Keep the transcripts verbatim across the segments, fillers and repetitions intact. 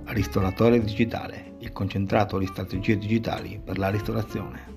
Ristoratore digitale, il concentrato di strategie digitali per la ristorazione.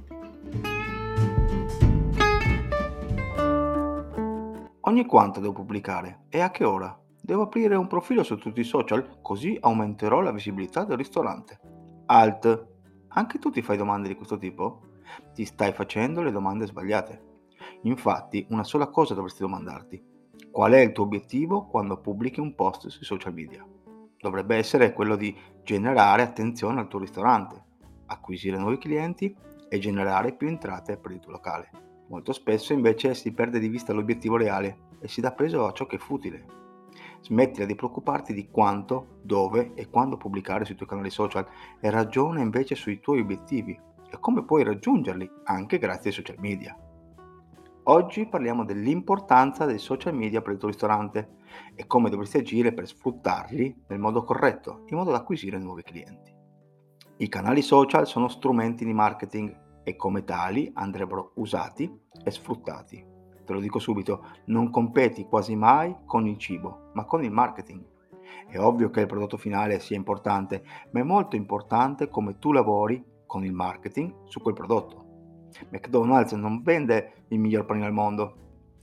Ogni quanto devo pubblicare? E a che ora? Devo aprire un profilo su tutti i social, così aumenterò la visibilità del ristorante. Alt. Anche tu ti fai domande di questo tipo? Ti stai facendo le domande sbagliate. Infatti, una sola cosa dovresti domandarti. Qual è il tuo obiettivo quando pubblichi un post sui social media? Dovrebbe essere quello di generare attenzione al tuo ristorante, acquisire nuovi clienti e generare più entrate per il tuo locale. Molto spesso invece si perde di vista l'obiettivo reale e si dà peso a ciò che è futile. Smettila di preoccuparti di quanto, dove e quando pubblicare sui tuoi canali social e ragiona invece sui tuoi obiettivi e come puoi raggiungerli anche grazie ai social media. Oggi parliamo dell'importanza dei social media per il tuo ristorante e come dovresti agire per sfruttarli nel modo corretto, in modo da acquisire nuovi clienti. I canali social sono strumenti di marketing e come tali andrebbero usati e sfruttati. Te lo dico subito, non competi quasi mai con il cibo, ma con il marketing. È ovvio che il prodotto finale sia importante, ma è molto importante come tu lavori con il marketing su quel prodotto. McDonald's non vende il miglior panino al mondo,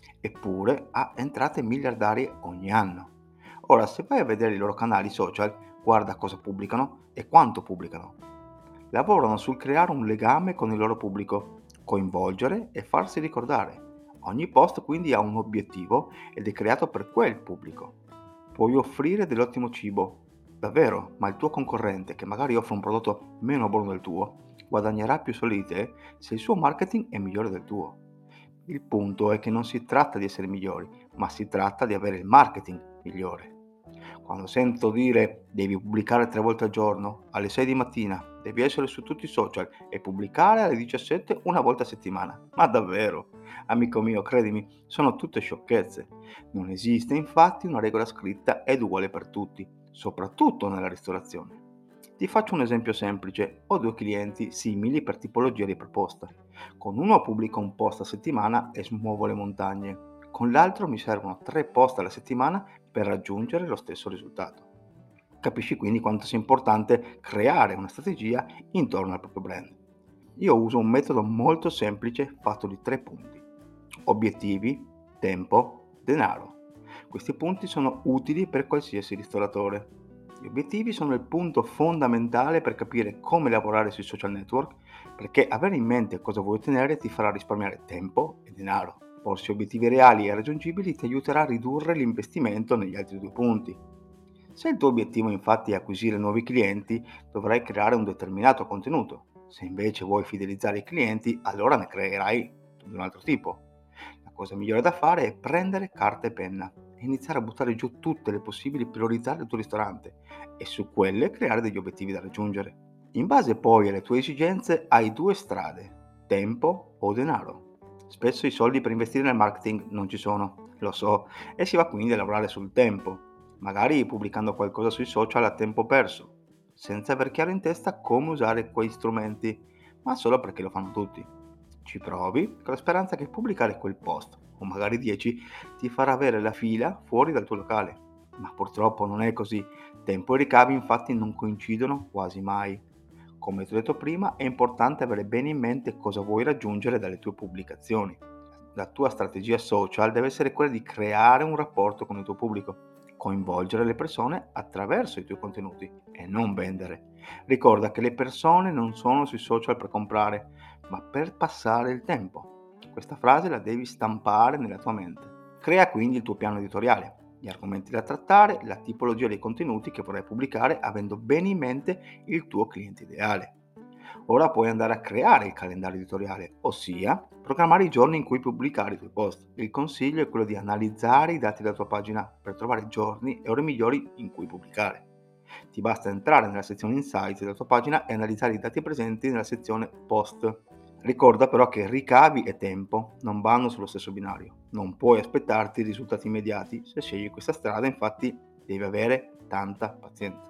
eppure ha entrate miliardarie ogni anno. Ora, se vai a vedere i loro canali social, guarda cosa pubblicano e quanto pubblicano. Lavorano sul creare un legame con il loro pubblico, coinvolgere e farsi ricordare. Ogni post quindi ha un obiettivo ed è creato per quel pubblico. Puoi offrire dell'ottimo cibo, davvero, ma il tuo concorrente, che magari offre un prodotto meno buono del tuo, guadagnerà più soldi di te se il suo marketing è migliore del tuo. Il punto è che non si tratta di essere migliori, ma si tratta di avere il marketing migliore. Quando sento dire devi pubblicare tre volte al giorno, alle sei di mattina, devi essere su tutti i social e pubblicare alle diciassette una volta a settimana. Ma davvero? Amico mio, credimi, sono tutte sciocchezze. Non esiste infatti una regola scritta ed uguale per tutti, soprattutto nella ristorazione. Ti faccio un esempio semplice. Ho due clienti simili per tipologia di proposta. Con uno pubblico un post a settimana e smuovo le montagne. Con l'altro mi servono tre post alla settimana per raggiungere lo stesso risultato. Capisci quindi quanto sia importante creare una strategia intorno al proprio brand. Io uso un metodo molto semplice fatto di tre punti. Obiettivi, tempo, denaro. Questi punti sono utili per qualsiasi ristoratore. Gli obiettivi sono il punto fondamentale per capire come lavorare sui social network, perché avere in mente cosa vuoi ottenere ti farà risparmiare tempo e denaro. Porsi obiettivi reali e raggiungibili ti aiuterà a ridurre l'investimento negli altri due punti. Se il tuo obiettivo infatti è acquisire nuovi clienti, dovrai creare un determinato contenuto. Se invece vuoi fidelizzare i clienti, allora ne creerai di un altro tipo. La cosa migliore da fare è prendere carta e penna e iniziare a buttare giù tutte le possibili priorità del tuo ristorante e su quelle creare degli obiettivi da raggiungere. In base poi alle tue esigenze hai due strade, tempo o denaro. Spesso i soldi per investire nel marketing non ci sono, lo so, e si va quindi a lavorare sul tempo, magari pubblicando qualcosa sui social a tempo perso, senza aver chiaro in testa come usare quei strumenti, ma solo perché lo fanno tutti. Ci provi con la speranza che pubblicare quel post, o magari dieci, ti farà avere la fila fuori dal tuo locale. Ma purtroppo non è così. Tempo e ricavi infatti non coincidono quasi mai. Come ti ho detto prima, è importante avere bene in mente cosa vuoi raggiungere dalle tue pubblicazioni. La tua strategia social deve essere quella di creare un rapporto con il tuo pubblico, coinvolgere le persone attraverso i tuoi contenuti e non vendere. Ricorda che le persone non sono sui social per comprare, ma per passare il tempo. Questa frase la devi stampare nella tua mente. Crea quindi il tuo piano editoriale, gli argomenti da trattare, la tipologia dei contenuti che vorrai pubblicare avendo bene in mente il tuo cliente ideale. Ora puoi andare a creare il calendario editoriale, ossia programmare i giorni in cui pubblicare i tuoi post. Il consiglio è quello di analizzare i dati della tua pagina per trovare giorni e ore migliori in cui pubblicare. Ti basta entrare nella sezione Insights della tua pagina e analizzare i dati presenti nella sezione Post. Ricorda però che ricavi e tempo non vanno sullo stesso binario. Non puoi aspettarti risultati immediati. Se scegli questa strada, infatti, devi avere tanta pazienza.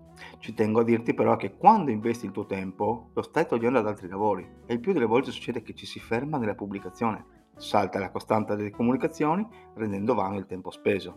Ci tengo a dirti però che quando investi il tuo tempo lo stai togliendo ad altri lavori e il più delle volte succede che ci si ferma nella pubblicazione. Salta la costante delle comunicazioni rendendo vano il tempo speso.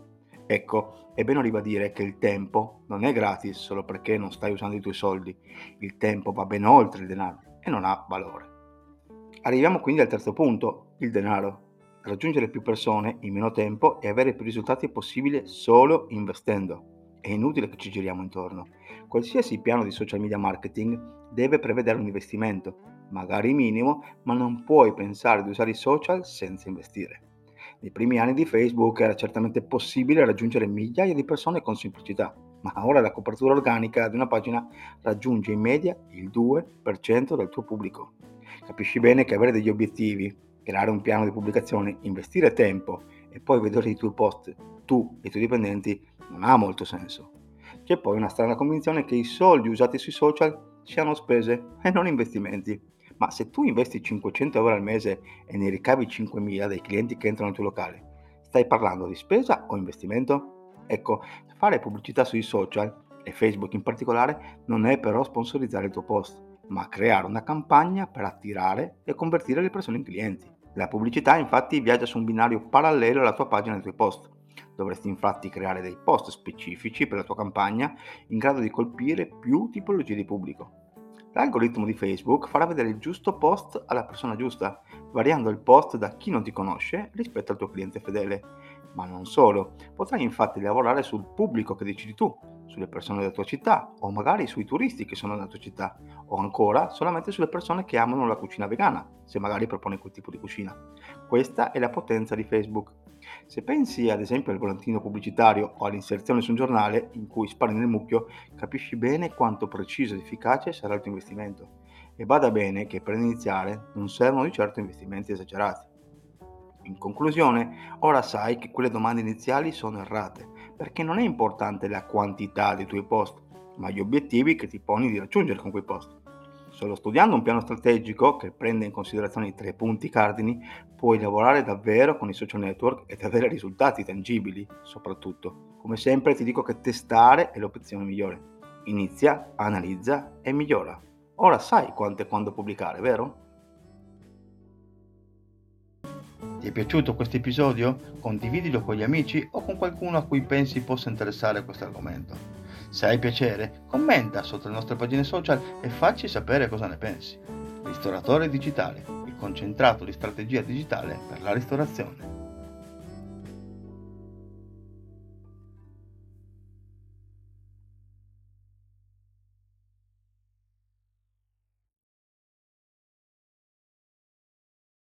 Ecco, è bene ribadire che il tempo non è gratis solo perché non stai usando i tuoi soldi. Il tempo va ben oltre il denaro e non ha valore. Arriviamo quindi al terzo punto, il denaro. Raggiungere più persone in meno tempo e avere più risultati è possibile solo investendo. È inutile che ci giriamo intorno. Qualsiasi piano di social media marketing deve prevedere un investimento, magari minimo, ma non puoi pensare di usare i social senza investire. Nei primi anni di Facebook era certamente possibile raggiungere migliaia di persone con semplicità, ma ora la copertura organica di una pagina raggiunge in media il due per cento del tuo pubblico. Capisci bene che avere degli obiettivi, creare un piano di pubblicazione, investire tempo e poi vedere i tuoi post, tu e i tuoi dipendenti, non ha molto senso. C'è poi una strana convinzione che i soldi usati sui social siano spese e non investimenti. Ma se tu investi cinquecento euro al mese e ne ricavi cinquemila dai clienti che entrano nel tuo locale, stai parlando di spesa o investimento? Ecco, fare pubblicità sui social, e Facebook in particolare, non è però sponsorizzare il tuo post, ma creare una campagna per attirare e convertire le persone in clienti. La pubblicità infatti viaggia su un binario parallelo alla tua pagina e ai tuoi post. Dovresti infatti creare dei post specifici per la tua campagna in grado di colpire più tipologie di pubblico. L'algoritmo di Facebook farà vedere il giusto post alla persona giusta, variando il post da chi non ti conosce rispetto al tuo cliente fedele. Ma non solo, potrai infatti lavorare sul pubblico che decidi tu, sulle persone della tua città, o magari sui turisti che sono nella tua città, o ancora solamente sulle persone che amano la cucina vegana, se magari proponi quel tipo di cucina. Questa è la potenza di Facebook. Se pensi ad esempio al volantino pubblicitario o all'inserzione su un giornale in cui spari nel mucchio, capisci bene quanto preciso ed efficace sarà il tuo investimento. E bada bene che per iniziare non servono di certo investimenti esagerati. In conclusione, ora sai che quelle domande iniziali sono errate, perché non è importante la quantità dei tuoi post, ma gli obiettivi che ti poni di raggiungere con quei post. Solo studiando un piano strategico che prende in considerazione i tre punti cardini, puoi lavorare davvero con i social network ed avere risultati tangibili, soprattutto. Come sempre ti dico che testare è l'opzione migliore. Inizia, analizza e migliora. Ora sai quanto e quando pubblicare, vero? Ti è piaciuto questo episodio? Condividilo con gli amici o con qualcuno a cui pensi possa interessare questo argomento. Se hai piacere, commenta sotto le nostre pagine social e facci sapere cosa ne pensi. Ristoratore digitale, il concentrato di strategia digitale per la ristorazione.